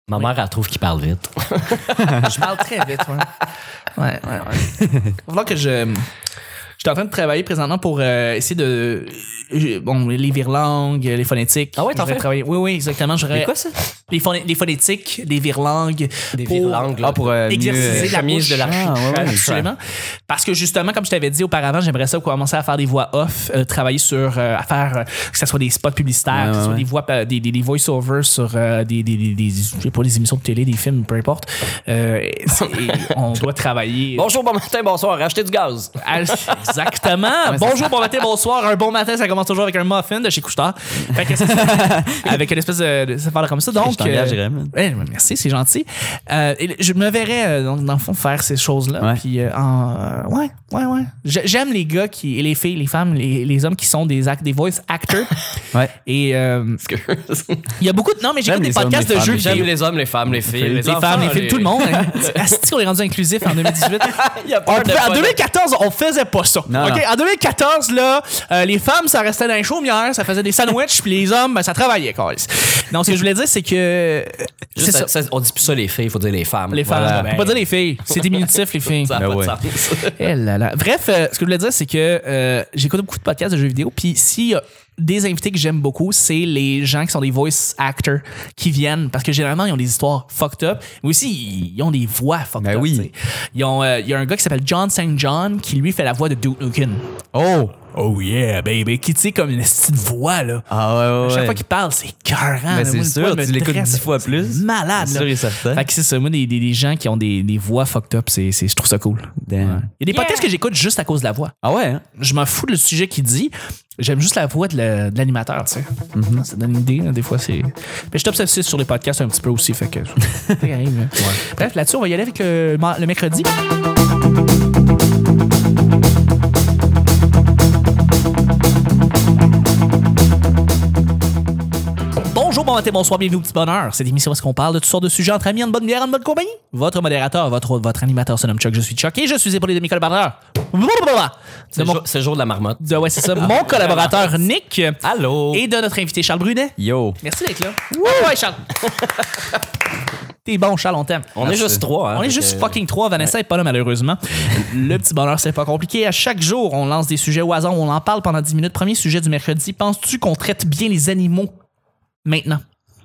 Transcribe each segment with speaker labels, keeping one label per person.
Speaker 1: Ma mère, elle trouve qu'il parle vite.
Speaker 2: Je parle très vite, ouais. Il va falloir que je suis en train de travailler présentement pour essayer de... les virlangues, les phonétiques.
Speaker 1: Ah ouais, t'en fais?
Speaker 2: Travailler. Oui, exactement.
Speaker 1: C'est quoi ça?
Speaker 2: Les phonétiques, les virlangues.
Speaker 1: Des virlangues, là.
Speaker 3: pour
Speaker 2: exerciser la
Speaker 1: chemise
Speaker 2: bouche.
Speaker 1: de l'archive.
Speaker 2: Absolument. Parce que justement, comme je t'avais dit auparavant, j'aimerais ça commencer à faire des voix off, travailler sur, à faire, que ce soit des spots publicitaires, que ce soit des voix, des voice-overs sur je sais pas, des émissions de télé, des films, peu importe. On doit travailler.
Speaker 1: Bonjour, bon matin, bonsoir. Achetez du gaz.
Speaker 2: Exactement. Bonjour, bon matin, bonsoir. Un bon matin, ça commence toujours avec un muffin de chez Couche-Tard. Fait que c'est ça. Avec une espèce de affaire comme ça. Donc,
Speaker 3: je t'engagerais, man.
Speaker 2: Merci, c'est gentil. Et je me verrais, dans le fond, faire ces choses-là.
Speaker 3: Ouais.
Speaker 2: Puis, ouais. J'aime les gars et les filles, les femmes, les hommes qui sont des voice actors.
Speaker 3: Ouais.
Speaker 2: Et il y a beaucoup de. Non, mais j'écoute
Speaker 3: J'aime
Speaker 2: des
Speaker 3: les
Speaker 2: podcasts
Speaker 3: hommes,
Speaker 2: de
Speaker 3: les
Speaker 2: jeux
Speaker 3: femmes.
Speaker 1: J'aime
Speaker 2: vidéo.
Speaker 1: les hommes, les femmes, les filles,
Speaker 2: Les femmes, les filles, tout le monde. Est-ce qu'on est rendu inclusif en 2018?
Speaker 1: Il y a peur
Speaker 2: En 2014, on faisait pas ça.
Speaker 3: Non,
Speaker 2: OK?
Speaker 3: non.
Speaker 2: En 2014, là, les femmes, ça restait dans les chaumières, ça faisait des sandwichs, puis les hommes, ben, ça travaillait, quoi. Donc, ce que je voulais dire, c'est que. C'est ça.
Speaker 1: On dit plus ça les filles, il faut dire les femmes.
Speaker 2: Les femmes.
Speaker 1: Voilà.
Speaker 2: On peut pas dire les filles. C'est diminutif, les filles.
Speaker 1: Ça n'a pas de
Speaker 3: ouais.
Speaker 1: sens.
Speaker 2: Eh là là. Bref, ce que je voulais dire, c'est que j'écoute beaucoup de podcasts de jeux vidéo, puis s'il y a des invités que j'aime beaucoup, c'est les gens qui sont des voice actors qui viennent, parce que généralement, ils ont des histoires fucked up, mais aussi, ils ont des voix fucked
Speaker 3: Ben
Speaker 2: up.
Speaker 3: oui.
Speaker 2: t'sais. Il y a un gars qui s'appelle John St. John qui, lui, fait la voix de Duke Nukem. Oh yeah, baby. Qui, tu sais, comme une petite voix, là.
Speaker 3: Ah ouais.
Speaker 2: Chaque fois qu'il parle, c'est écœurant.
Speaker 3: Mais
Speaker 2: là.
Speaker 3: c'est
Speaker 2: Moi, une
Speaker 3: sûr,
Speaker 2: fois, me
Speaker 3: tu l'écoutes
Speaker 2: dresse.
Speaker 3: 10 fois plus.
Speaker 2: Malade,
Speaker 3: C'est
Speaker 2: là.
Speaker 3: sûr et certain.
Speaker 2: Fait que c'est ça. Moi, des gens qui ont des voix fucked up, je trouve ça cool.
Speaker 3: Damn.
Speaker 2: Ouais. Il y a des podcasts que j'écoute juste à cause de la voix.
Speaker 3: Ah ouais, hein?
Speaker 2: Je m'en fous de le sujet qu'il dit. J'aime juste la voix de l'animateur, tu sais. Ça donne une idée, là, des fois, c'est... Mais je suis obsessif sur les podcasts un petit peu aussi, fait que... ça arrive, là. Bref, là-dessus, on va y aller avec le mercredi. Bonjour, bon matin, bonsoir, bienvenue au Petit Bonheur. Cette émission où est-ce qu'on parle de toutes sortes de sujets entre amis, en bonne bière, en bonne compagnie. Votre modérateur, votre animateur se nomme Chuck, je suis Chuck et je suis épaulé de mes collaborateurs.
Speaker 1: C'est le jour de la marmotte.
Speaker 2: Ouais, c'est ça. Mon collaborateur Nick.
Speaker 1: Allô?
Speaker 2: Et de notre invité Charles Brunet.
Speaker 3: Yo.
Speaker 2: Merci d'être là. Ouais, Charles. T'es bon, Charles, on t'aime.
Speaker 1: On est juste trois. Hein,
Speaker 2: On est juste fucking trois. Vanessa est pas là, malheureusement. Le Petit Bonheur, c'est pas compliqué. À chaque jour, on lance des sujets au hasard. On en parle pendant 10 minutes. Premier sujet du mercredi. Penses-tu qu'on traite bien les animaux maintenant?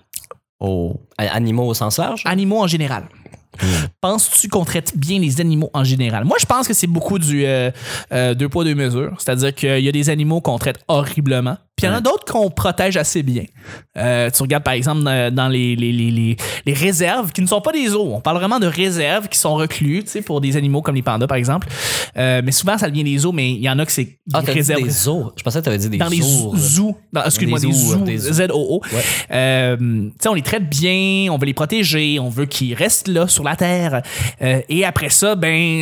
Speaker 3: Oh.
Speaker 1: Animaux au sens large?
Speaker 2: Animaux en général. Penses-tu qu'on traite bien les animaux en général? Moi, je pense que c'est beaucoup du deux poids, deux mesures. C'est-à-dire qu'il y a des animaux qu'on traite horriblement, puis il y en a d'autres qu'on protège assez bien. Tu regardes, par exemple, dans les réserves, qui ne sont pas des zoos. On parle vraiment de réserves qui sont reclus, tu sais, pour des animaux comme les pandas, par exemple. Mais souvent, ça devient des zoos, mais il y en a que c'est
Speaker 1: Ah,
Speaker 2: des
Speaker 1: t'as dit
Speaker 2: réserves.
Speaker 1: des zoos. Je pensais que t'avais dit des
Speaker 2: Dans les
Speaker 1: zoos.
Speaker 2: zoos. Excuse-moi, des zoos. Z-O-O.
Speaker 1: Ouais.
Speaker 2: Tu sais, on les traite bien, on veut les protéger, on veut qu'ils restent là sur la terre. Et après ça,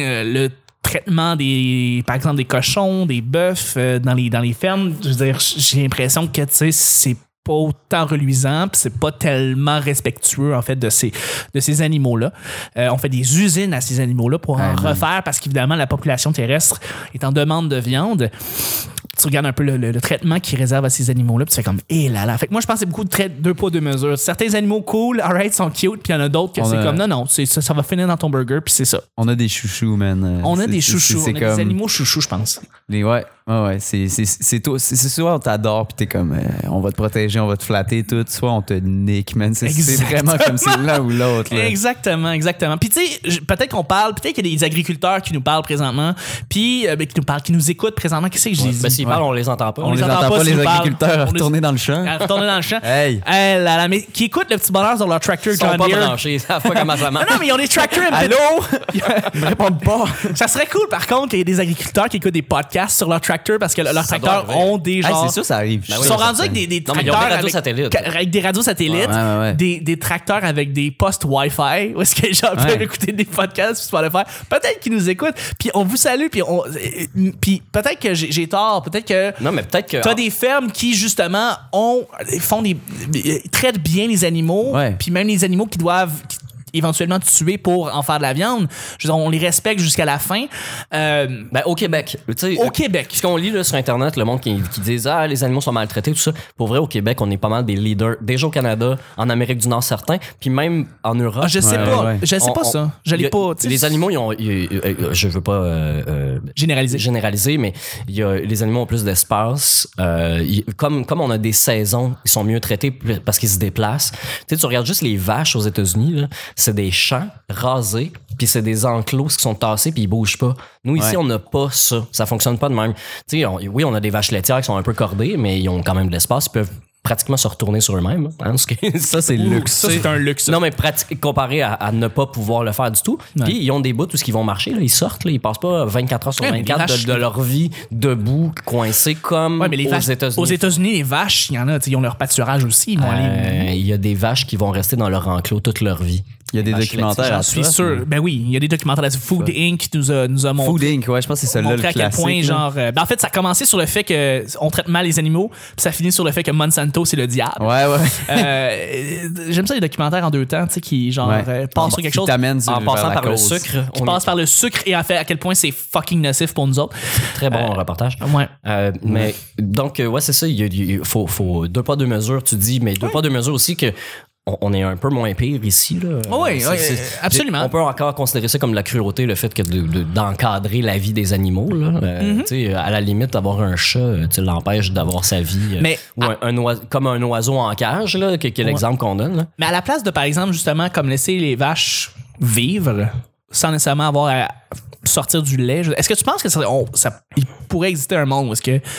Speaker 2: le traitement par exemple, des cochons, des bœufs dans les fermes, je veux dire, j'ai l'impression que, tu sais, c'est pas autant reluisant, puis c'est pas tellement respectueux, en fait, de ces animaux-là. On fait des usines à ces animaux-là pour en refaire, parce qu'évidemment, la population terrestre est en demande de viande. Tu regardes un peu le traitement qu'ils réservent à ces animaux-là, puis tu fais comme, eh là là. Fait que moi, je pense que c'est beaucoup de deux poids, deux mesures. Certains animaux cool, alright, sont cute, puis il y en a d'autres que c'est comme, non, ça va finir dans ton burger, puis c'est ça.
Speaker 3: On a des chouchous, man.
Speaker 2: On a des chouchous,
Speaker 3: c'est
Speaker 2: on a
Speaker 3: comme...
Speaker 2: des animaux chouchous, je pense.
Speaker 3: Ouais. C'est soit on t'adore, puis t'es comme, on va te protéger, on va te flatter, tout. Soit on te nique, man. C'est vraiment comme c'est l'un ou l'autre. Là.
Speaker 2: Exactement. Puis tu sais, peut-être qu'il y a des agriculteurs qui nous parlent présentement, puis qui nous écoutent présentement. Qu'est-ce que je dis?
Speaker 1: Ben, s'ils parlent, on les entend pas.
Speaker 3: On les entend pas, les agriculteurs, à retourner dans le champ.
Speaker 2: À retourner dans le champ.
Speaker 3: Hey.
Speaker 2: Mais qui écoutent le Petit Bonheur sur leur tracteur
Speaker 1: Ils sont
Speaker 2: John
Speaker 1: pas
Speaker 2: Deere.
Speaker 1: branchés. Ils savent pas comment ça marche.
Speaker 2: Non, mais ils ont des tracteurs.
Speaker 3: Allô? Ils me répondent pas.
Speaker 2: Ça serait cool, par contre, qu'il y ait des agriculteurs qui écoutent des podcasts sur leur tracteur parce que leurs tracteurs
Speaker 1: doit arriver.
Speaker 2: ont des
Speaker 3: Hey,
Speaker 2: genres.
Speaker 3: c'est sûr, ça arrive.
Speaker 2: Ils sont rendus avec des
Speaker 1: Non, mais ils ont
Speaker 2: tracteurs
Speaker 1: des radios satellites.
Speaker 2: avec des radios satellites,
Speaker 3: Ouais.
Speaker 2: des tracteurs avec des postes Wi-Fi, où est-ce que les gens peuvent écouter des podcasts puis le faire. Peut-être qu'ils nous écoutent, puis on vous salue, puis peut-être que j'ai tort, peut-être que
Speaker 1: Non, mais peut-être que.
Speaker 2: t'as des fermes qui justement traitent bien les animaux,
Speaker 3: Ouais.
Speaker 2: puis même les animaux qui éventuellement tuer pour en faire de la viande. Je veux dire, on les respecte jusqu'à la fin.
Speaker 1: Au Québec.
Speaker 2: Au Québec.
Speaker 1: Ce qu'on lit là, sur Internet, le monde qui disent les animaux sont maltraités, tout ça. Pour vrai, au Québec, on est pas mal des leaders. Déjà au Canada, en Amérique du Nord, certains, puis même en Europe.
Speaker 2: Je sais pas. Je sais pas ça. Je l'ai pas.
Speaker 1: Les animaux, je veux pas généraliser, mais les animaux ont plus d'espace. Comme on a des saisons, ils sont mieux traités parce qu'ils se déplacent. Tu regardes juste les vaches aux États-Unis, là, c'est des champs rasés, puis c'est des enclos qui sont tassés, puis ils bougent pas. Nous, ici, on n'a pas ça. Ça fonctionne pas de même. Tu sais, oui, on a des vaches laitières qui sont un peu cordées, mais ils ont quand même de l'espace. Ils peuvent pratiquement se retourner sur eux-mêmes. Hein,
Speaker 3: ça, c'est luxe.
Speaker 2: Ça, c'est un luxe.
Speaker 1: Non, mais comparé à ne pas pouvoir le faire du tout. Puis, ils ont des bouts où ils vont marcher. Là, ils sortent. Là, ils passent pas 24 heures sur 24 de leur vie debout, coincés comme aux États-Unis.
Speaker 2: Aux États-Unis, les vaches, il y en a. Ils ont leur pâturage aussi. Ils vont aller...
Speaker 1: Il y a des vaches qui vont rester dans leur enclos toute leur vie.
Speaker 3: Il y a des documentaires à ça.
Speaker 2: Je suis sûr. Ben oui, il y a des documentaires là-dessus. Food Inc. nous a montré.
Speaker 3: Food Inc., ouais, je pense que c'est celui-là le classique.
Speaker 2: À quel point, genre... en fait, ça a commencé sur le fait qu'on traite mal les animaux, puis ça finit sur le fait que Monsanto, c'est le diable.
Speaker 3: Ouais.
Speaker 2: J'aime ça, les documentaires en deux temps, tu sais, qui, genre, passent sur quelque chose.
Speaker 1: En passant par le sucre.
Speaker 2: Qui passent par le sucre et en fait, à quel point c'est fucking nocif pour nous autres.
Speaker 1: Très bon reportage.
Speaker 2: Ouais.
Speaker 1: Mais donc, c'est ça. Il faut deux pas deux mesures, tu dis, mais deux pas deux mesures aussi que. On est un peu moins pire ici. Là.
Speaker 2: Oui, absolument.
Speaker 1: On peut encore considérer ça comme de la cruauté, le fait que d'encadrer la vie des animaux. Là. À la limite, avoir un chat l'empêche d'avoir sa vie. Comme un oiseau en cage, là, qui est l'exemple qu'on donne. Là.
Speaker 2: Mais à la place de, par exemple, justement, comme laisser les vaches vivre sans nécessairement avoir à sortir du lait, est-ce que tu penses que il pourrait exister un monde où est-ce que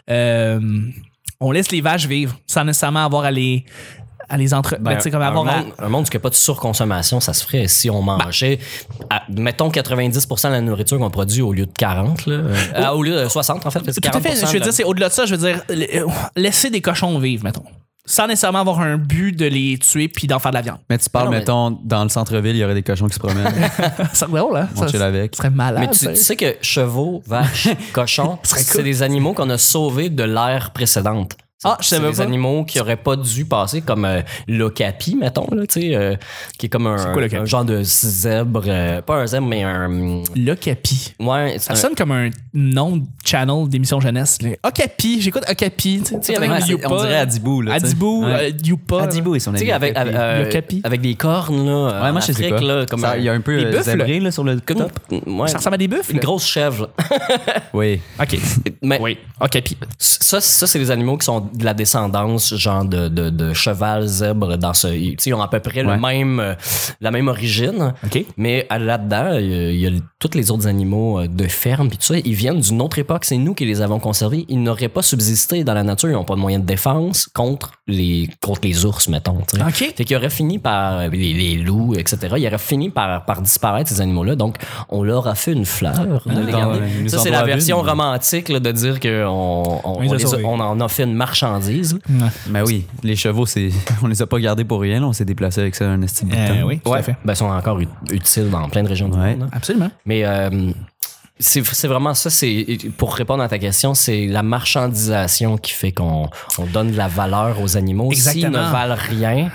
Speaker 2: on laisse les vaches vivre sans nécessairement avoir à les comme avoir
Speaker 1: un monde où il n'y a pas de surconsommation, ça se ferait si on mangeait, mettons 90% de la nourriture qu'on produit au lieu de 40, là, au lieu de 60 en fait.
Speaker 2: Tout à fait, je veux dire, c'est au-delà de ça, je veux dire, laisser des cochons vivre, mettons. Sans nécessairement avoir un but de les tuer puis d'en faire de la viande.
Speaker 3: Mais tu parles, mettons, dans le centre-ville, il y aurait des cochons qui se promènent.
Speaker 2: Ça serait drôle, hein?
Speaker 3: On chill avec.
Speaker 2: Ça serait malade.
Speaker 1: Mais tu sais que chevaux, vaches, cochons, c'est des animaux qu'on a sauvés de l'ère précédente. C'est des animaux qui auraient pas dû passer comme l'okapi, mettons, là, tu sais, qui est comme un genre de zèbre, pas un zèbre, mais un...
Speaker 2: L'okapi.
Speaker 1: Ouais.
Speaker 2: Ça sonne comme un nom de channel d'émission jeunesse. Okapi, j'écoute Okapi, tu sais, avec Youpa.
Speaker 3: On dirait Adibou, là.
Speaker 2: Adibou, Youpa.
Speaker 3: Adibou et son ami.
Speaker 1: Tu sais, avec des cornes, là.
Speaker 3: Ouais, moi, je sais quoi. Il y a un peu zébré, là, sur le top.
Speaker 2: Ouais. Ça ressemble à des buffles.
Speaker 1: Une grosse chèvre.
Speaker 3: Oui.
Speaker 2: OK.
Speaker 1: Mais
Speaker 2: oui, Okapi.
Speaker 1: Ça, c'est des animaux qui sont de la descendance genre de cheval zèbre dans ce, tu sais, ils ont à peu près la même origine.
Speaker 2: Okay.
Speaker 1: Mais là-dedans il y a tous les autres animaux de ferme puis tout ça, ils viennent d'une autre époque, c'est nous qui les avons conservés. Ils n'auraient pas subsisté dans la nature, ils n'ont pas de moyens de défense contre les ours, mettons, tu sais.
Speaker 2: Okay.
Speaker 1: Fait qu'ils auraient fini par les loups, etc. Ils auraient fini par disparaître, ces animaux-là. Donc on leur a fait une fleur de les garder. Ça, c'est la version romantique là, de dire qu'on en a fait une marchandise.
Speaker 3: Mais oui, les chevaux, on les a pas gardés pour rien, là. On s'est déplacé avec ça un estime de temps.
Speaker 2: Oui, tout à fait.
Speaker 1: Ben, ils sont encore utiles dans plein de régions du monde. Hein.
Speaker 2: Absolument.
Speaker 1: Mais c'est vraiment ça, pour répondre à ta question, c'est la marchandisation qui fait qu'on donne de la valeur aux animaux.
Speaker 2: Exactement.
Speaker 1: S'ils ne valent rien,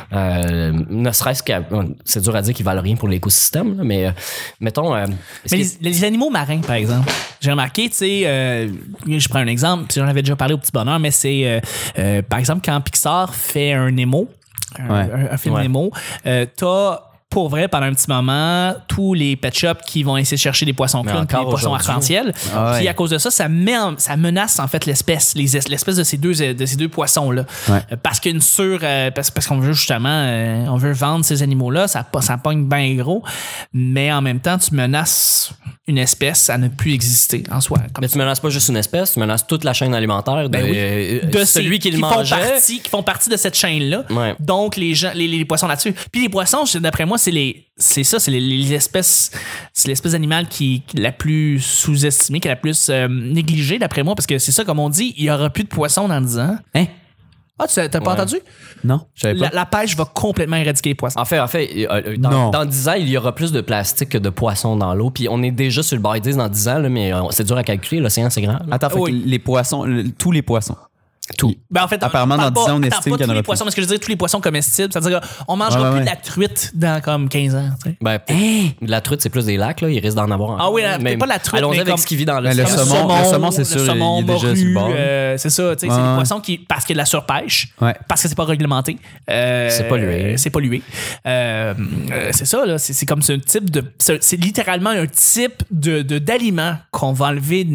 Speaker 1: ne serait-ce qu'à... C'est dur à dire qu'ils valent rien pour l'écosystème, là, mais mettons...
Speaker 2: mais les animaux marins, par exemple, j'ai remarqué, tu sais, je prends un exemple, puis j'en avais déjà parlé au Petit Bonheur, mais c'est, par exemple, quand Pixar fait un Nemo, un film Nemo, t'as... Pour vrai, pendant un petit moment, tous les pet shops qui vont essayer de chercher des poissons clowns et des poissons arc-en-ciel. Puis à cause de ça, ça menace en fait l'espèce de ces deux poissons-là.
Speaker 3: Ouais.
Speaker 2: Parce parce qu'on veut justement, on veut vendre ces animaux-là, ça pogne bien gros, mais en même temps, tu menaces une espèce à ne plus exister en soi.
Speaker 1: Mais tu menaces pas juste une espèce, tu menaces toute la chaîne alimentaire de celui qui le mangeait.
Speaker 2: Qui font partie de cette chaîne-là.
Speaker 1: Ouais.
Speaker 2: Donc, les poissons là-dessus. Puis les poissons, d'après moi, c'est l'espèce animale qui est la plus sous-estimée, qui est la plus négligée, d'après moi, parce que c'est ça, comme on dit, il y aura plus de poissons dans 10 ans.
Speaker 3: Hein?
Speaker 2: Ah, tu t'as pas entendu?
Speaker 3: Non, je savais pas.
Speaker 2: La pêche va complètement éradiquer les poissons.
Speaker 1: En fait, dans 10 ans, il y aura plus de plastique que de poissons dans l'eau. Puis on est déjà sur le bord. Ils disent dans 10 ans, là, mais c'est dur à calculer. L'océan, c'est grand. Là.
Speaker 3: Attends, les poissons, tous les poissons.
Speaker 1: Tout.
Speaker 2: Ben en fait,
Speaker 3: apparemment, dans 10 ans, on estime qu'il y en aura plus.
Speaker 2: Poissons, mais ce que je veux dire, tous les poissons comestibles, c'est-à-dire qu'on mangera plus de la truite dans comme 15 ans. Tu sais.
Speaker 1: Ben, la truite, c'est plus des lacs, là. Il risque d'en avoir.
Speaker 2: Ah oui, peut-être pas la truite.
Speaker 1: Allons-y
Speaker 2: mais
Speaker 1: avec
Speaker 2: comme,
Speaker 1: ce qui vit dans le
Speaker 3: saumon, c'est sûr,
Speaker 2: saumon,
Speaker 3: il est déjà sur le bord.
Speaker 2: c'est ça, tu sais, c'est des poissons qui, parce qu'il y a de la surpêche, parce que c'est pas réglementé.
Speaker 1: C'est pollué.
Speaker 2: C'est pollué. C'est ça, là. C'est comme un type de. C'est littéralement un type d'aliment qu'on va enlever de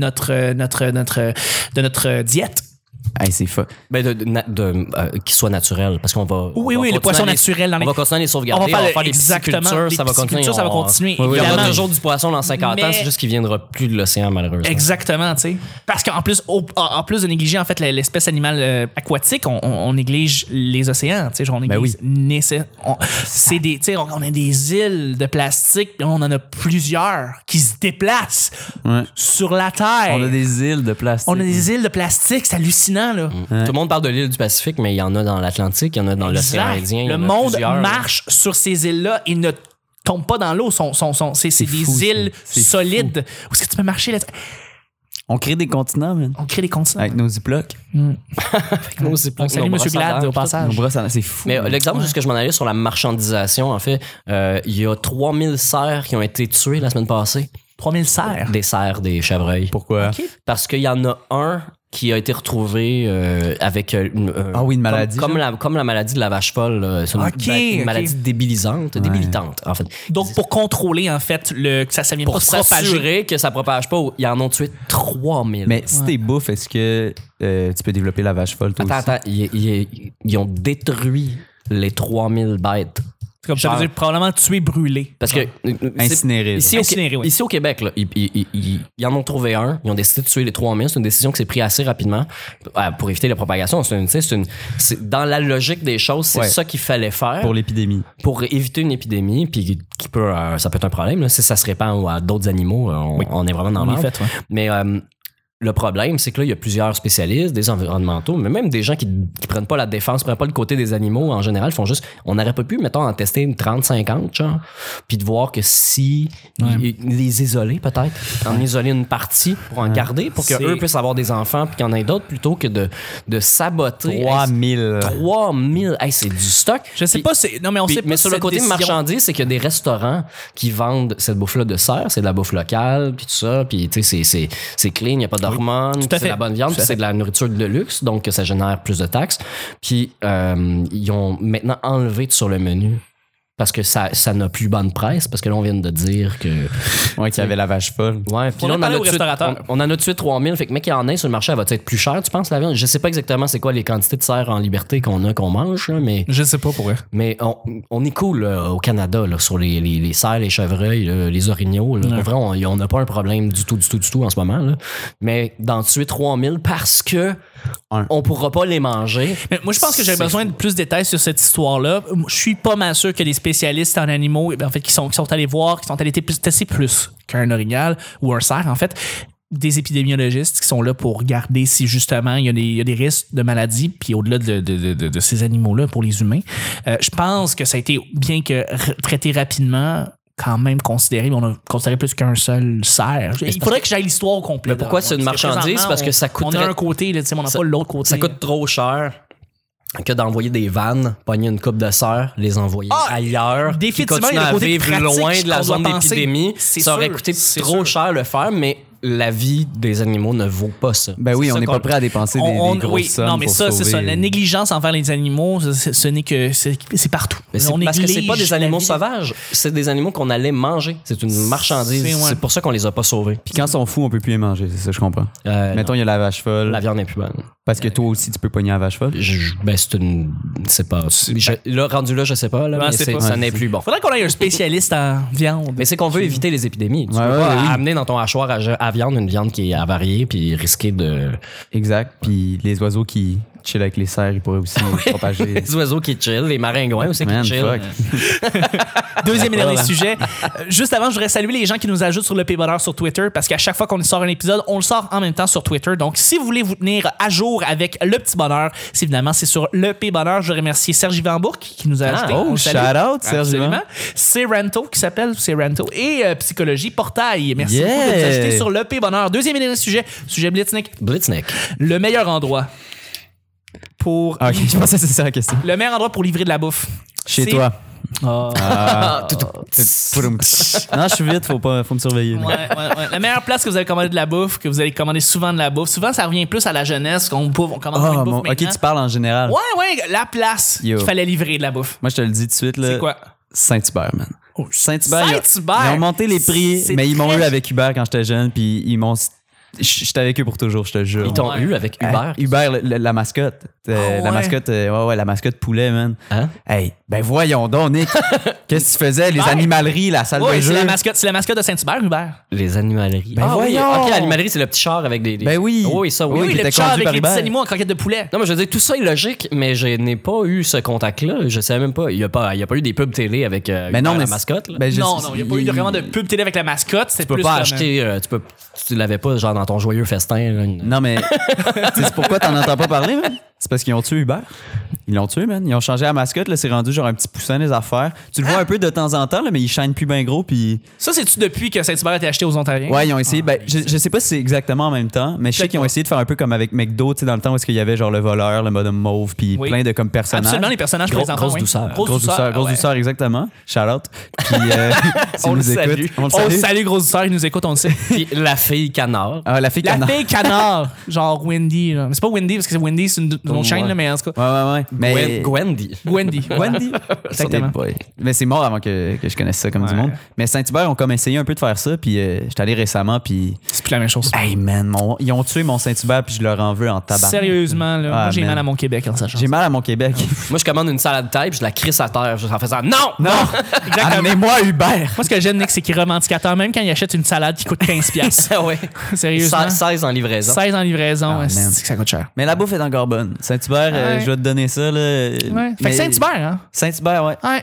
Speaker 2: notre diète.
Speaker 3: Hey, c'est fou.
Speaker 1: Ben qu'il soit naturel, parce qu'on va.
Speaker 2: Oui, le poisson naturel dans les.
Speaker 1: On va continuer à les sauvegarder, on va faire des piscicultures, ça va continuer. Il y aura toujours du poisson dans 50 ans, c'est juste qu'il viendra plus de l'océan, malheureusement.
Speaker 2: Exactement, tu sais. Parce qu'en plus, en plus de négliger en fait l'espèce animale aquatique, on néglige les océans, tu sais, on néglige. C'est des, tu sais, on a des îles de plastique, on en a plusieurs qui se déplacent sur la Terre.
Speaker 3: On a des îles de
Speaker 2: plastique. C'est hallucinant. Là.
Speaker 1: Tout le monde parle de l'île du Pacifique, mais il y en a dans l'Atlantique, il y en a dans l'océan Indien.
Speaker 2: Le monde marche sur ces îles-là et ne tombe pas dans l'eau. C'est des îles solides. Où est-ce que tu peux marcher là?
Speaker 3: On crée des continents, man.
Speaker 2: On crée des continents.
Speaker 3: Avec nos ziplocs.
Speaker 1: Avec nos ziplocs.
Speaker 2: Salut, M. Glad, au passage.
Speaker 3: C'est fou.
Speaker 1: Mais l'exemple, juste que je m'en allais sur la marchandisation, en fait, il y a 3000 cerfs qui ont été tués la semaine passée.
Speaker 2: 3000 cerfs?
Speaker 1: Des cerfs, des chevreuils.
Speaker 3: Pourquoi?
Speaker 2: Okay.
Speaker 1: Parce qu'il y en a un qui a été retrouvé avec
Speaker 3: une maladie
Speaker 1: comme la maladie de la vache folle, c'est une maladie débilitante en fait.
Speaker 2: Donc pour contrôler en fait que ça vient pas se propager,
Speaker 1: pour s'assurer que ça propage pas, ils en ont tué 3000.
Speaker 3: Mais si t'es bouffe, est-ce que tu peux développer la vache folle toi aussi?
Speaker 1: Attends, ils ont détruit les 3000 bêtes.
Speaker 2: Comme ça veut dire probablement tuer, brûler.
Speaker 1: Parce que
Speaker 3: incinéré.
Speaker 1: Ici au Québec, là, ils en ont trouvé un. Ils ont décidé de tuer les 3000. C'est une décision qui s'est prise assez rapidement pour éviter la propagation. C'est dans la logique des choses, c'est ça qu'il fallait faire.
Speaker 3: Pour l'épidémie. Pour
Speaker 1: éviter une épidémie, puis ça peut être un problème. Là, si ça se répand à d'autres animaux, on est vraiment dans le mal. Mais le problème, c'est que là, il y a plusieurs spécialistes, des environnementaux, mais même des gens qui prennent pas la défense, prennent pas le côté des animaux en général, font juste, on n'aurait pas pu, mettons, en tester une 30-50, genre, puis de voir que si les isoler peut-être, en isoler une partie pour en garder, pour qu'eux puissent avoir des enfants, puis qu'il y en ait d'autres, plutôt que de saboter.
Speaker 3: 3000.
Speaker 1: 3000. Hey, c'est du stock.
Speaker 2: Je sais pas, non, mais on sait pas.
Speaker 1: Mais sur le côté marchandise, c'est qu'il y a des restaurants qui vendent cette bouffe-là de cerf, c'est de la bouffe locale, puis tout ça, puis tu sais, c'est clean, il n'y a pas de hormones, c'est de la bonne viande, c'est de la nourriture de luxe, donc ça génère plus de taxes. Puis ils ont maintenant enlevé sur le menu parce que ça n'a plus bonne presse, parce que là on vient de dire que
Speaker 3: qu'il y avait la vache folle.
Speaker 1: Ouais, puis là on en a tué 3000, fait que mec, il y en a sur le marché, elle va être plus chère, tu penses, la viande? Je sais pas exactement c'est quoi les quantités de cerf en liberté qu'on mange, là, mais
Speaker 2: je sais pas pour eux.
Speaker 1: Mais on est cool là, au Canada là, sur les cerfs, les chevreuils, là, les orignaux, là. Pour vrai, on n'a pas un problème du tout en ce moment là. Mais d'en tuer 3000 parce que on pourra pas les manger.
Speaker 2: Mais moi, je pense que j'aurais besoin de plus de détails sur cette histoire-là. Je suis pas mal sûr que les spécialistes en animaux, en fait, qui sont allés voir, qui sont allés tester plus qu'un orignal ou un cerf, en fait, des épidémiologistes qui sont là pour regarder si justement il y a des risques de maladies, puis au-delà de ces animaux-là pour les humains. Je pense que ça a été, bien que traité rapidement, quand même considéré, mais on a considéré plus qu'un seul cerf. Il faudrait que j'aille l'histoire au complet.
Speaker 1: Mais pourquoi c'est une marchandise? Parce que ça coûte.
Speaker 2: On a un côté, là, on n'a pas l'autre côté.
Speaker 1: Ça coûte trop cher que d'envoyer des vannes, pogner une coupe de cerf, les envoyer ailleurs,
Speaker 2: définitivement,
Speaker 1: continuer à vivre loin de la zone d'épidémie. Ça aurait coûté trop cher le faire, mais la vie des animaux ne vaut pas ça.
Speaker 3: Ben oui, on n'est pas prêt à dépenser des grosses sommes.
Speaker 2: Non, mais ça, c'est ça. La négligence envers les animaux, ce n'est que c'est partout.
Speaker 1: Mais parce que c'est pas des animaux sauvages, c'est des animaux qu'on allait manger. C'est une marchandise. C'est pour ça qu'on les a pas sauvés.
Speaker 3: Puis quand ils sont fous, on peut plus les manger, c'est ça, je comprends. Mettons, il y a la vache folle.
Speaker 1: La viande n'est plus bonne.
Speaker 3: Parce que toi aussi, tu peux pogner la vache folle.
Speaker 1: C'est pas. Là, rendu là, je sais pas, là, mais ça n'est plus bon.
Speaker 2: Faudrait qu'on ait un spécialiste en viande.
Speaker 1: Mais c'est qu'on veut éviter les épidémies. Tu peux pas amener dans ton hachoir à viande une viande qui est avariée puis risquer de.
Speaker 3: Exact. Puis les oiseaux qui chill avec les cerfs, ils pourraient aussi propager.
Speaker 1: Les oiseaux qui chill, les maringouins aussi qui chill.
Speaker 2: Deuxième et dernier sujet. Juste avant, je voudrais saluer les gens qui nous ajoutent sur le P-Bonheur sur Twitter, parce qu'à chaque fois qu'on sort un épisode, on le sort en même temps sur Twitter. Donc, si vous voulez vous tenir à jour avec le petit bonheur, évidemment, c'est sur le P-Bonheur. Je remercie Serge Vanbourg qui nous a ajouté.
Speaker 3: Shout-out, Serge.
Speaker 2: C'est Ranto qui s'appelle, c'est Ranto. Et Psychologie Portail. Merci beaucoup de nous ajouter sur le P-Bonheur. Deuxième et dernier sujet Blitznick.
Speaker 1: Blitznick.
Speaker 2: Le meilleur endroit pour...
Speaker 3: Ok, je pensais que c'est ça la question.
Speaker 2: Le meilleur endroit pour livrer de la bouffe.
Speaker 3: Chez
Speaker 2: C'est-
Speaker 3: toi.
Speaker 2: Oh.
Speaker 3: Non, je suis vite, faut me surveiller.
Speaker 2: Ouais. La meilleure place que vous avez commandé de la bouffe, que vous allez commander souvent de la bouffe, souvent ça revient plus à la jeunesse qu'on commande moins de bouffe
Speaker 3: Ok,
Speaker 2: maintenant.
Speaker 3: tu parles en général.
Speaker 2: Ouais, la place
Speaker 3: Yo.
Speaker 2: qu'il fallait livrer de la bouffe.
Speaker 3: Moi, je te le dis tout de suite. Là,
Speaker 2: C'est quoi?
Speaker 3: Saint-Hubert, man.
Speaker 2: Oh,
Speaker 3: Saint-Hubert,
Speaker 2: Saint-Hubert.
Speaker 3: ils ont monté les prix,
Speaker 2: C'est
Speaker 3: mais ils m'ont
Speaker 2: très-
Speaker 3: eu avec Uber quand j'étais jeune, puis ils m'ont... J'étais avec eux pour toujours, je te jure.
Speaker 1: Ils t'ont
Speaker 2: Ouais.
Speaker 1: eu avec Uber.
Speaker 3: Uber, la mascotte.
Speaker 2: ouais.
Speaker 3: La mascotte, ouais, la mascotte poulet, man.
Speaker 1: Hein?
Speaker 3: Hey, ben voyons donc, Nick. Qu'est-ce que tu faisais? Les
Speaker 2: Hubert.
Speaker 3: animaleries, la salle
Speaker 2: Oui,
Speaker 3: de
Speaker 2: c'est
Speaker 3: jeu.
Speaker 2: la mascotte de Saint-Hubert, Hubert.
Speaker 1: Les animaleries.
Speaker 3: Ben voyons!
Speaker 1: Oui. Ok, l'animalerie, c'est le petit char avec des.
Speaker 3: Ben oui.
Speaker 1: Oui, ça, oui.
Speaker 3: Oui,
Speaker 2: Oui,
Speaker 3: qui
Speaker 2: le
Speaker 3: était
Speaker 2: petit chat
Speaker 3: conduit
Speaker 2: avec
Speaker 3: par
Speaker 2: les petits
Speaker 3: Hubert.
Speaker 2: animaux en croquette de poulet.
Speaker 1: Non, mais je veux dire, tout ça est logique, mais je n'ai pas eu ce contact-là. Je savais même pas. Il y a pas eu des pubs télé avec
Speaker 3: Mais non,
Speaker 1: Hubert,
Speaker 3: mais
Speaker 1: la mascotte. Là.
Speaker 3: Ben, je-
Speaker 2: Non, il n'y a pas eu vraiment de pub télé avec la mascotte.
Speaker 1: Tu peux pas acheter. Tu l'avais pas genre dans ton joyeux festin. Là,
Speaker 3: Non, mais c'est pourquoi t'en entends pas parler, man? C'est parce qu'ils ont tué Hubert. Ils l'ont tué, man. Ils ont changé la mascotte, là, c'est rendu genre un petit poussin des affaires. Tu le vois un peu de temps en temps, là, mais il shine plus bien gros, puis...
Speaker 2: Ça, c'est-tu depuis que Saint-Hubert a été acheté aux Ontariens?
Speaker 3: Ouais, ils ont essayé. Ben, je sais pas si c'est exactement en même temps, mais je sais
Speaker 2: Peut-être
Speaker 3: qu'ils ont
Speaker 2: pas.
Speaker 3: essayé de faire un peu comme avec McDo, tu sais, dans le temps où est-ce qu'il y avait genre le voleur, le mode mauve, puis
Speaker 2: Oui.
Speaker 3: plein de comme personnages.
Speaker 2: Absolument, les personnages pour les enfants.
Speaker 1: grosse
Speaker 2: oui.
Speaker 1: douceur.
Speaker 3: Grosse douceur,
Speaker 2: ouais.
Speaker 3: exactement. Shout out. Puis, s'il
Speaker 1: On le
Speaker 3: nous écoute,
Speaker 1: salue.
Speaker 3: on le
Speaker 2: On
Speaker 3: salue.
Speaker 2: salue, grosse douceur, il nous écoute, on le sait.
Speaker 1: Puis la fille canard.
Speaker 3: Ah, la fille
Speaker 2: La
Speaker 3: canard.
Speaker 2: fille canard, genre Wendy. Là. Mais c'est pas Wendy, parce que Wendy, c'est une autre chaîne, là, mais en tout cas.
Speaker 3: Ouais. Mais...
Speaker 1: Gwendy.
Speaker 2: Wendy.
Speaker 3: Wendy.
Speaker 2: Exactement.
Speaker 3: Ouais. Mais c'est mort avant que je connaisse ça comme du monde. Mais Saint-Hubert ont comme essayé un peu de faire ça, puis j'étais allé récemment, puis...
Speaker 2: C'est plus la même chose.
Speaker 3: Hey man, ils ont tué mon Saint-Hubert, puis je leur en veux en tabac.
Speaker 2: Sérieusement, là, moi, j'ai
Speaker 3: man.
Speaker 2: mal à mon Québec en sachant.
Speaker 3: J'ai mal à mon Québec.
Speaker 1: Moi, je commande une salade thaï, puis je la crisse à terre, juste en faisant non!
Speaker 3: Non!
Speaker 2: Exactement.
Speaker 3: Amenez-moi Hubert!
Speaker 2: Moi, ce que j'aime, Nick, c'est qu'il est revendicateur, même quand il achète une salade qui coûte 15$.
Speaker 1: Ah ouais.
Speaker 2: Sérieusement.
Speaker 1: 16 en livraison.
Speaker 2: 16 en livraison,
Speaker 3: Ah,
Speaker 2: c'est
Speaker 3: man.
Speaker 2: que ça coûte cher.
Speaker 3: Mais la bouffe est encore bonne. Saint-Hubert,
Speaker 2: Ouais.
Speaker 3: je vais te donner ça. Là.
Speaker 2: Ouais. Fait
Speaker 3: Mais-
Speaker 2: que Saint-Hubert, hein?
Speaker 3: Saint-Hubert, ouais.
Speaker 2: Ouais.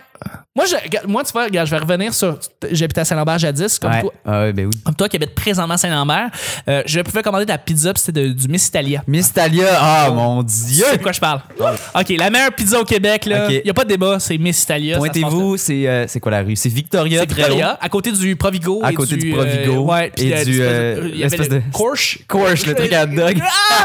Speaker 2: Moi, tu vois, regarde, je vais revenir sur. J'habitais à Saint-Lambert jadis, comme
Speaker 3: Ouais.
Speaker 2: toi.
Speaker 3: Ah ouais, ben oui.
Speaker 2: Comme toi qui habites présentement à Saint-Lambert, je pouvais commander de la pizza, puis c'était du Miss Italia.
Speaker 3: Miss Thalia, mon Dieu!
Speaker 2: C'est de quoi je parle? OK, la meilleure pizza au Québec, là. Il
Speaker 3: OK.
Speaker 2: n'y a pas de débat, c'est Miss Italia.
Speaker 3: Pointez-vous, c'est quoi la rue? C'est Victoria,
Speaker 2: C'est
Speaker 3: très
Speaker 2: Victoria,
Speaker 3: haut.
Speaker 2: à côté du Provigo.
Speaker 3: À
Speaker 2: et
Speaker 3: côté du Provigo
Speaker 2: ouais, puis
Speaker 3: et du,
Speaker 2: il y avait
Speaker 3: l'espèce
Speaker 2: le
Speaker 3: de-
Speaker 2: Corche.
Speaker 3: Corche, le truc à hot dog.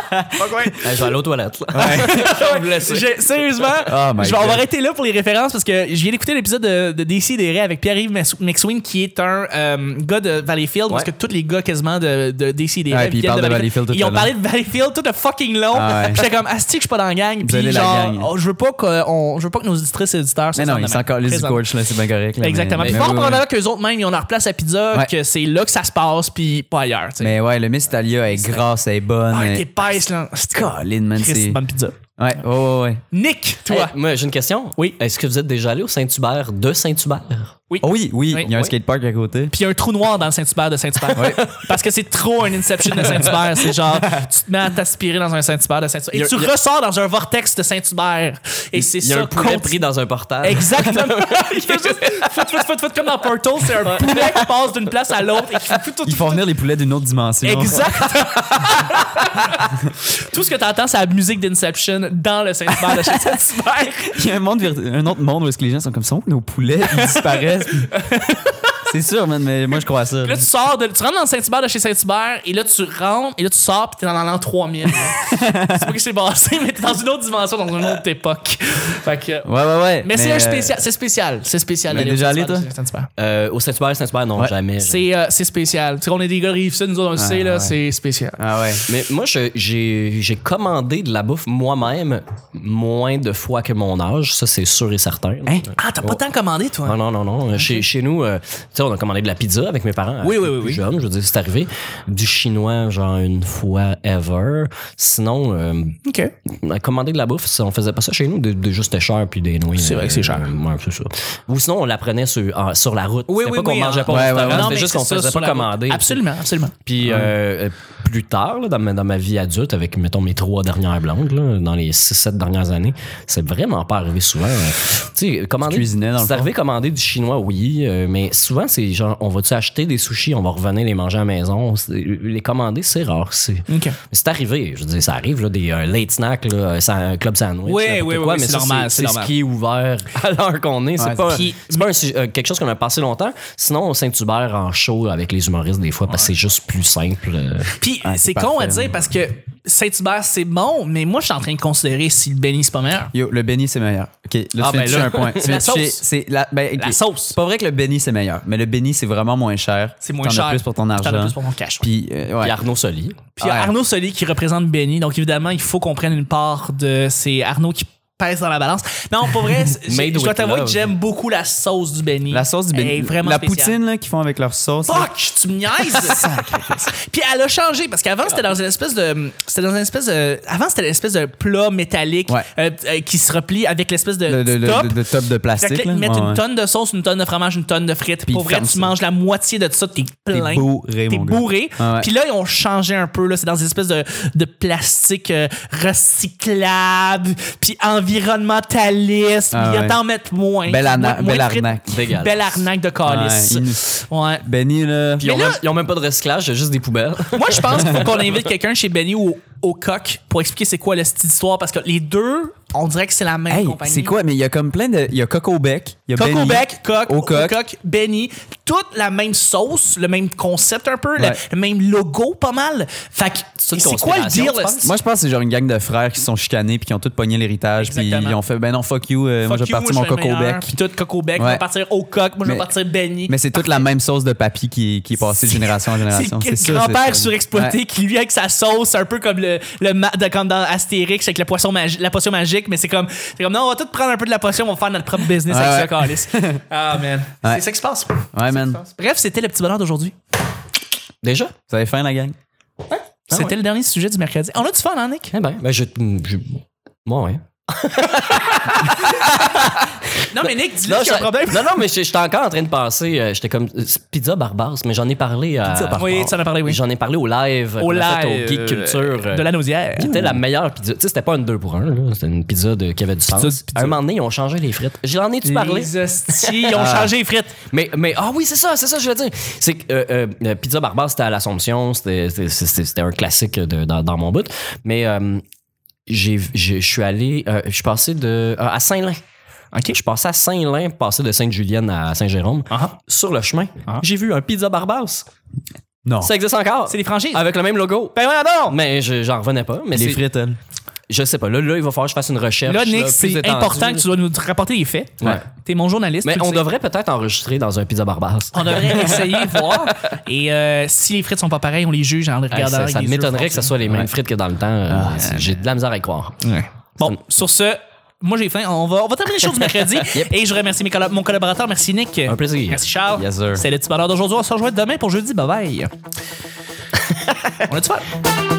Speaker 1: Je vais aller aux toilettes. Là.
Speaker 2: Sérieusement,
Speaker 3: Oh my
Speaker 2: on va
Speaker 3: God.
Speaker 2: arrêter là pour les références parce que je viens d'écouter l'épisode de DC Desraies avec Pierre-Yves McSween qui est un gars de Valleyfield parce que tous les gars quasiment de DC Desraies
Speaker 3: Ouais, puis ils
Speaker 2: viennent
Speaker 3: parlent de Valleyfield tout
Speaker 2: Ils ont
Speaker 3: le
Speaker 2: parlé de Valleyfield tout le fucking long.
Speaker 3: Ah ouais.
Speaker 2: Puis j'étais comme asti que je suis pas dans la gang. Puis
Speaker 3: allez la
Speaker 2: genre
Speaker 3: gang.
Speaker 2: je veux pas que nos auditrices et auditeurs
Speaker 3: Mais non, ils sont encore les du
Speaker 2: Présentement.
Speaker 3: coach, là, c'est bien correct. Là,
Speaker 2: Exactement.
Speaker 3: Mais,
Speaker 2: Puis
Speaker 3: mais
Speaker 2: fort
Speaker 3: oui,
Speaker 2: probablement qu'eux autres même ils ont leur place à pizza,
Speaker 3: Ouais.
Speaker 2: que c'est là que ça se passe puis pas ailleurs. tu sais.
Speaker 3: Mais ouais, le Miss Thalia est grasse, elle est bonne.
Speaker 2: Ah,
Speaker 3: elle-
Speaker 2: t'es épaisse là. C'est
Speaker 3: Colin, man,
Speaker 2: Christ,
Speaker 3: c'est...
Speaker 2: bonne pizza.
Speaker 3: Ouais, ouais.
Speaker 2: Nick, toi.
Speaker 1: Hey, moi, j'ai une question.
Speaker 2: Oui.
Speaker 1: Est-ce que vous êtes déjà allé au Saint-Hubert de Saint-Hubert?
Speaker 2: Oui.
Speaker 3: Oh oui,
Speaker 2: Oui.
Speaker 3: il y a un skatepark à côté.
Speaker 2: Puis il y a un trou noir dans le Saint-Hubert de Saint-Hubert. Parce que c'est trop un Inception de Saint-Hubert. C'est genre, tu te mets à t'aspirer dans un Saint-Hubert de Saint-Hubert. Et tu ressors dans un vortex de Saint-Hubert. Et c'est
Speaker 1: Il y a
Speaker 2: ça
Speaker 1: un poulet pris dans un portal.
Speaker 2: Exactement. Il fait juste foot comme dans Portal. C'est un poulet qui passe d'une place à l'autre et qui fait tout.
Speaker 3: Ils font venir les poulets d'une autre dimension.
Speaker 2: Exact. Tout ce que tu entends, c'est la musique d'Inception dans le Saint-Hubert de chez Saint-Hubert.
Speaker 3: Il y a un autre monde où est-ce que les gens sont comme ça, nos poulets, ils disparaissent. puis- C'est sûr, man, mais moi je crois à ça.
Speaker 2: Puis là, tu rentres dans le Saint-Hubert de chez Saint-Hubert, et là, tu rentres, et là, tu sors, puis t'es dans l'an 3000. là. C'est pas ce qui s'est passé, mais t'es dans une autre dimension, dans une autre époque. Fait que.
Speaker 3: Ouais.
Speaker 2: Mais c'est un spécial. C'est spécial. C'est spécial.
Speaker 3: Mais
Speaker 2: d'aller au
Speaker 3: déjà allé,
Speaker 2: Saint-Hubert
Speaker 3: toi?
Speaker 2: de Saint-Hubert.
Speaker 1: Au Saint-Hubert, non,
Speaker 3: Ouais.
Speaker 1: jamais.
Speaker 2: C'est spécial. Tu sais, on est des gars de Rive-Sud, nous autres, on le sait, là,
Speaker 3: ouais.
Speaker 2: c'est spécial.
Speaker 3: Ah ouais.
Speaker 1: Mais moi, j'ai commandé de la bouffe moi-même moins de fois que mon âge. Ça, c'est sûr et certain.
Speaker 3: Hein?
Speaker 2: Ah, t'as pas tant commandé, toi?
Speaker 1: Non. Chez nous, tu sais, on a commandé de la pizza avec mes parents.
Speaker 2: Oui.
Speaker 1: Plus jeune, je veux dire, c'est arrivé. Du chinois, genre une fois ever. Sinon,
Speaker 2: OK.
Speaker 1: commander de la bouffe, on faisait pas ça chez nous, de juste cher puis des noix.
Speaker 2: C'est vrai que c'est cher.
Speaker 1: Ouais, c'est ça. Ou sinon, on la prenait sur la route.
Speaker 2: Oui,
Speaker 1: C'était
Speaker 2: oui,
Speaker 1: pas qu'on
Speaker 2: oui,
Speaker 1: mangeait pas au
Speaker 3: ouais,
Speaker 1: restaurant,
Speaker 3: ouais, ouais.
Speaker 1: c'était juste qu'on
Speaker 2: c'est ça,
Speaker 1: faisait
Speaker 2: sur
Speaker 1: pas
Speaker 2: la route.
Speaker 1: commander.
Speaker 2: Absolument.
Speaker 1: Puis plus tard, là, dans ma vie adulte, avec, mettons, mes 3 dernières blondes, là, dans les 6-7 dernières années, c'est vraiment pas arrivé souvent. Tu sais, commander.
Speaker 3: Tu cuisinais, dans le
Speaker 1: C'est
Speaker 3: fond.
Speaker 1: arrivé commander du chinois, oui, mais souvent, c'est genre, on va-tu acheter des sushis, on va revenir les manger à la maison. Les commander, c'est rare.
Speaker 2: OK.
Speaker 1: C'est arrivé. Je veux dire, ça arrive, là, des late snacks, là, un club sandwich.
Speaker 2: Oui,
Speaker 1: quoi, mais
Speaker 2: c'est
Speaker 1: ça,
Speaker 2: normal.
Speaker 1: c'est ce qui est ouvert à l'heure qu'on est. C'est pas, quelque chose qu'on a passé longtemps. Sinon, Saint-Hubert en show avec les humoristes, des fois, parce que c'est juste plus simple.
Speaker 2: Puis c'est con à dire parce que Saint-Hubert, c'est bon, mais moi, je suis en train de considérer si le Benny, c'est pas meilleur.
Speaker 3: Yo, le Benny, c'est meilleur. OK, là, tu viens de toucher un point. Tu viens de toucher- c'est la sauce. C'est pas vrai que le Benny, c'est meilleur, mais le Benny, c'est vraiment moins cher.
Speaker 2: C'est moins
Speaker 3: T'en
Speaker 2: cher.
Speaker 3: as plus pour ton argent.
Speaker 2: T'en as plus pour ton cash.
Speaker 3: Puis,
Speaker 1: Puis Arnaud Soli.
Speaker 2: Puis il y a Arnaud Soli qui représente Benny, donc évidemment, il faut qu'on prenne une part de... C'est Arnaud qui pèse dans la balance. Non, pour vrai, je dois t'avouer que j'aime beaucoup la sauce du Benny.
Speaker 3: La sauce du Benny.
Speaker 2: Elle est vraiment
Speaker 3: la
Speaker 2: spéciale.
Speaker 3: poutine là, qu'ils font avec leur sauce. là.
Speaker 2: Fuck, tu me niaises! Puis elle a changé parce qu'avant c'était dans une espèce de avant c'était l'espèce de plat métallique qui se replie avec l'espèce de top.
Speaker 3: De top de plastique.
Speaker 2: Fait que là, ils mettent une tonne de sauce, une tonne de fromage, une tonne de frites.
Speaker 3: Puis
Speaker 2: pour vrai, tu manges la moitié de ça, t'es plein.
Speaker 3: bourré,
Speaker 2: T'es
Speaker 3: mon gars.
Speaker 2: bourré.
Speaker 3: Ah ouais.
Speaker 2: Puis là, ils ont changé un peu. Là, c'est dans une espèce de plastique recyclable, puis environnementaliste.
Speaker 3: Ah
Speaker 2: Ils
Speaker 3: ouais.
Speaker 2: t'en mettent moins.
Speaker 3: Belle
Speaker 2: Moins de frites.
Speaker 3: arnaque.
Speaker 1: Dégueulasse.
Speaker 2: Belle arnaque de calice. Ouais.
Speaker 3: Benny, là.
Speaker 1: Puis
Speaker 2: Mais là-
Speaker 1: ils ont même pas de recyclage, c'est juste des poubelles.
Speaker 2: Moi, je pense qu'il faut qu'on invite quelqu'un chez Benny ou au Coq pour expliquer c'est quoi cette histoire parce que les deux, on dirait que c'est la même
Speaker 3: Hey,
Speaker 2: compagnie.
Speaker 3: c'est quoi? Mais il y a comme plein de. Il y a Coq au bec. Il y a
Speaker 2: Coq
Speaker 3: Benny.
Speaker 2: au bec, Coq,
Speaker 3: Au Coq.
Speaker 2: Benny, toute la même sauce, le même concept un peu, le même logo pas mal. Fait que
Speaker 1: une
Speaker 2: c'est quoi le
Speaker 1: conspiration,
Speaker 2: deal?
Speaker 1: tu penses?
Speaker 3: Moi, je pense que c'est genre une gang de frères qui se sont chicanés puis qui ont tous pogné l'héritage. Puis
Speaker 2: Exactement.
Speaker 3: ils ont fait, ben non, fuck you. Moi, je vais partir mon Coq au bec.
Speaker 2: Puis tout Coq au bec,
Speaker 3: Ouais.
Speaker 2: moi je vais partir au Coq, moi je vais
Speaker 3: Mais-
Speaker 2: partir Benny.
Speaker 3: Mais c'est toute la même sauce de papy qui est passée de génération en génération.
Speaker 2: C'est
Speaker 3: ça,
Speaker 2: le grand-père
Speaker 3: c'est ça.
Speaker 2: surexploité
Speaker 3: Ouais.
Speaker 2: qui lui avec sa sauce un peu comme comme dans Astérix avec la potion magique, mais c'est comme non, on va tout prendre un peu de la potion, on va faire notre propre business
Speaker 3: Ouais,
Speaker 2: avec ça,
Speaker 3: ouais.
Speaker 2: calice. Ah man,
Speaker 3: Ouais.
Speaker 2: c'est ça qui se passe.
Speaker 3: Ouais, man.
Speaker 2: Bref, c'était le petit bonheur d'aujourd'hui.
Speaker 1: Déjà?
Speaker 3: Vous avez faim, la gang?
Speaker 2: C'était le dernier sujet du mercredi. On a du fun, hein, Nick?
Speaker 1: Eh ben moi, ouais.
Speaker 2: Non, mais Nick, dis-le qu'il y a un problème.
Speaker 1: Non, mais j'étais encore en train de penser. J'étais comme pizza Barbasse, mais j'en ai parlé à.
Speaker 2: Oui, tu en as parlé, oui.
Speaker 1: J'en ai parlé au live.
Speaker 2: Au
Speaker 1: qu'on a fait
Speaker 2: live
Speaker 1: au Geek Culture.
Speaker 2: de la Nausière.
Speaker 1: Qui était la meilleure pizza. Tu sais, c'était pas une 2 pour 1. C'était une pizza qui avait du sens.
Speaker 3: Pizza.
Speaker 1: À un moment donné, ils ont changé les frites. J'en ai-tu parlé?
Speaker 2: Les hosties, ils ont changé les frites.
Speaker 1: Mais ah oui, c'est ça, je veux dire. C'est que Pizza Barbasse, c'était à l'Assomption. C'était un classique dans mon bout. Mais je suis allé. Je suis passé à Saint-Lin.
Speaker 2: OK.
Speaker 1: Je suis passé à Saint-Lin, passé de Sainte-Julienne à Saint-Jérôme. Sur le chemin, j'ai vu un Pizza Barbasse.
Speaker 3: Non.
Speaker 1: Ça existe encore.
Speaker 2: C'est des franchises.
Speaker 1: Avec le même logo.
Speaker 2: Ben voilà donc!
Speaker 1: Mais j'en revenais pas. Mais
Speaker 3: Les
Speaker 1: c'est-
Speaker 3: frites, elles.
Speaker 1: Je sais pas. Là, il va falloir que je fasse une recherche.
Speaker 2: Là, Nick,
Speaker 1: plus
Speaker 2: c'est
Speaker 1: étendue,
Speaker 2: important
Speaker 1: là.
Speaker 2: que tu dois nous rapporter les faits.
Speaker 1: Ouais.
Speaker 2: T'es mon journaliste.
Speaker 1: Mais
Speaker 2: tu le
Speaker 1: on
Speaker 2: sais.
Speaker 1: devrait peut-être enregistrer dans un Pizza Barbasse.
Speaker 2: On devrait essayer, voir. Et si les frites sont pas pareilles, on les juge en les regardant.
Speaker 1: Ça
Speaker 2: avec des yeux
Speaker 1: m'étonnerait que ce
Speaker 2: fortunés.
Speaker 1: soit les mêmes frites que dans le temps. J'ai de la misère à y croire.
Speaker 2: Bon, sur ce, moi j'ai faim. On va terminer le show du mercredi. Et je remercie mon collaborateur. Merci Nick.
Speaker 1: Un plaisir.
Speaker 2: Merci Charles.
Speaker 3: Yes, sir.
Speaker 2: C'est le petit bonheur d'aujourd'hui. On se rejoint demain pour jeudi. Bye bye. On a du fun.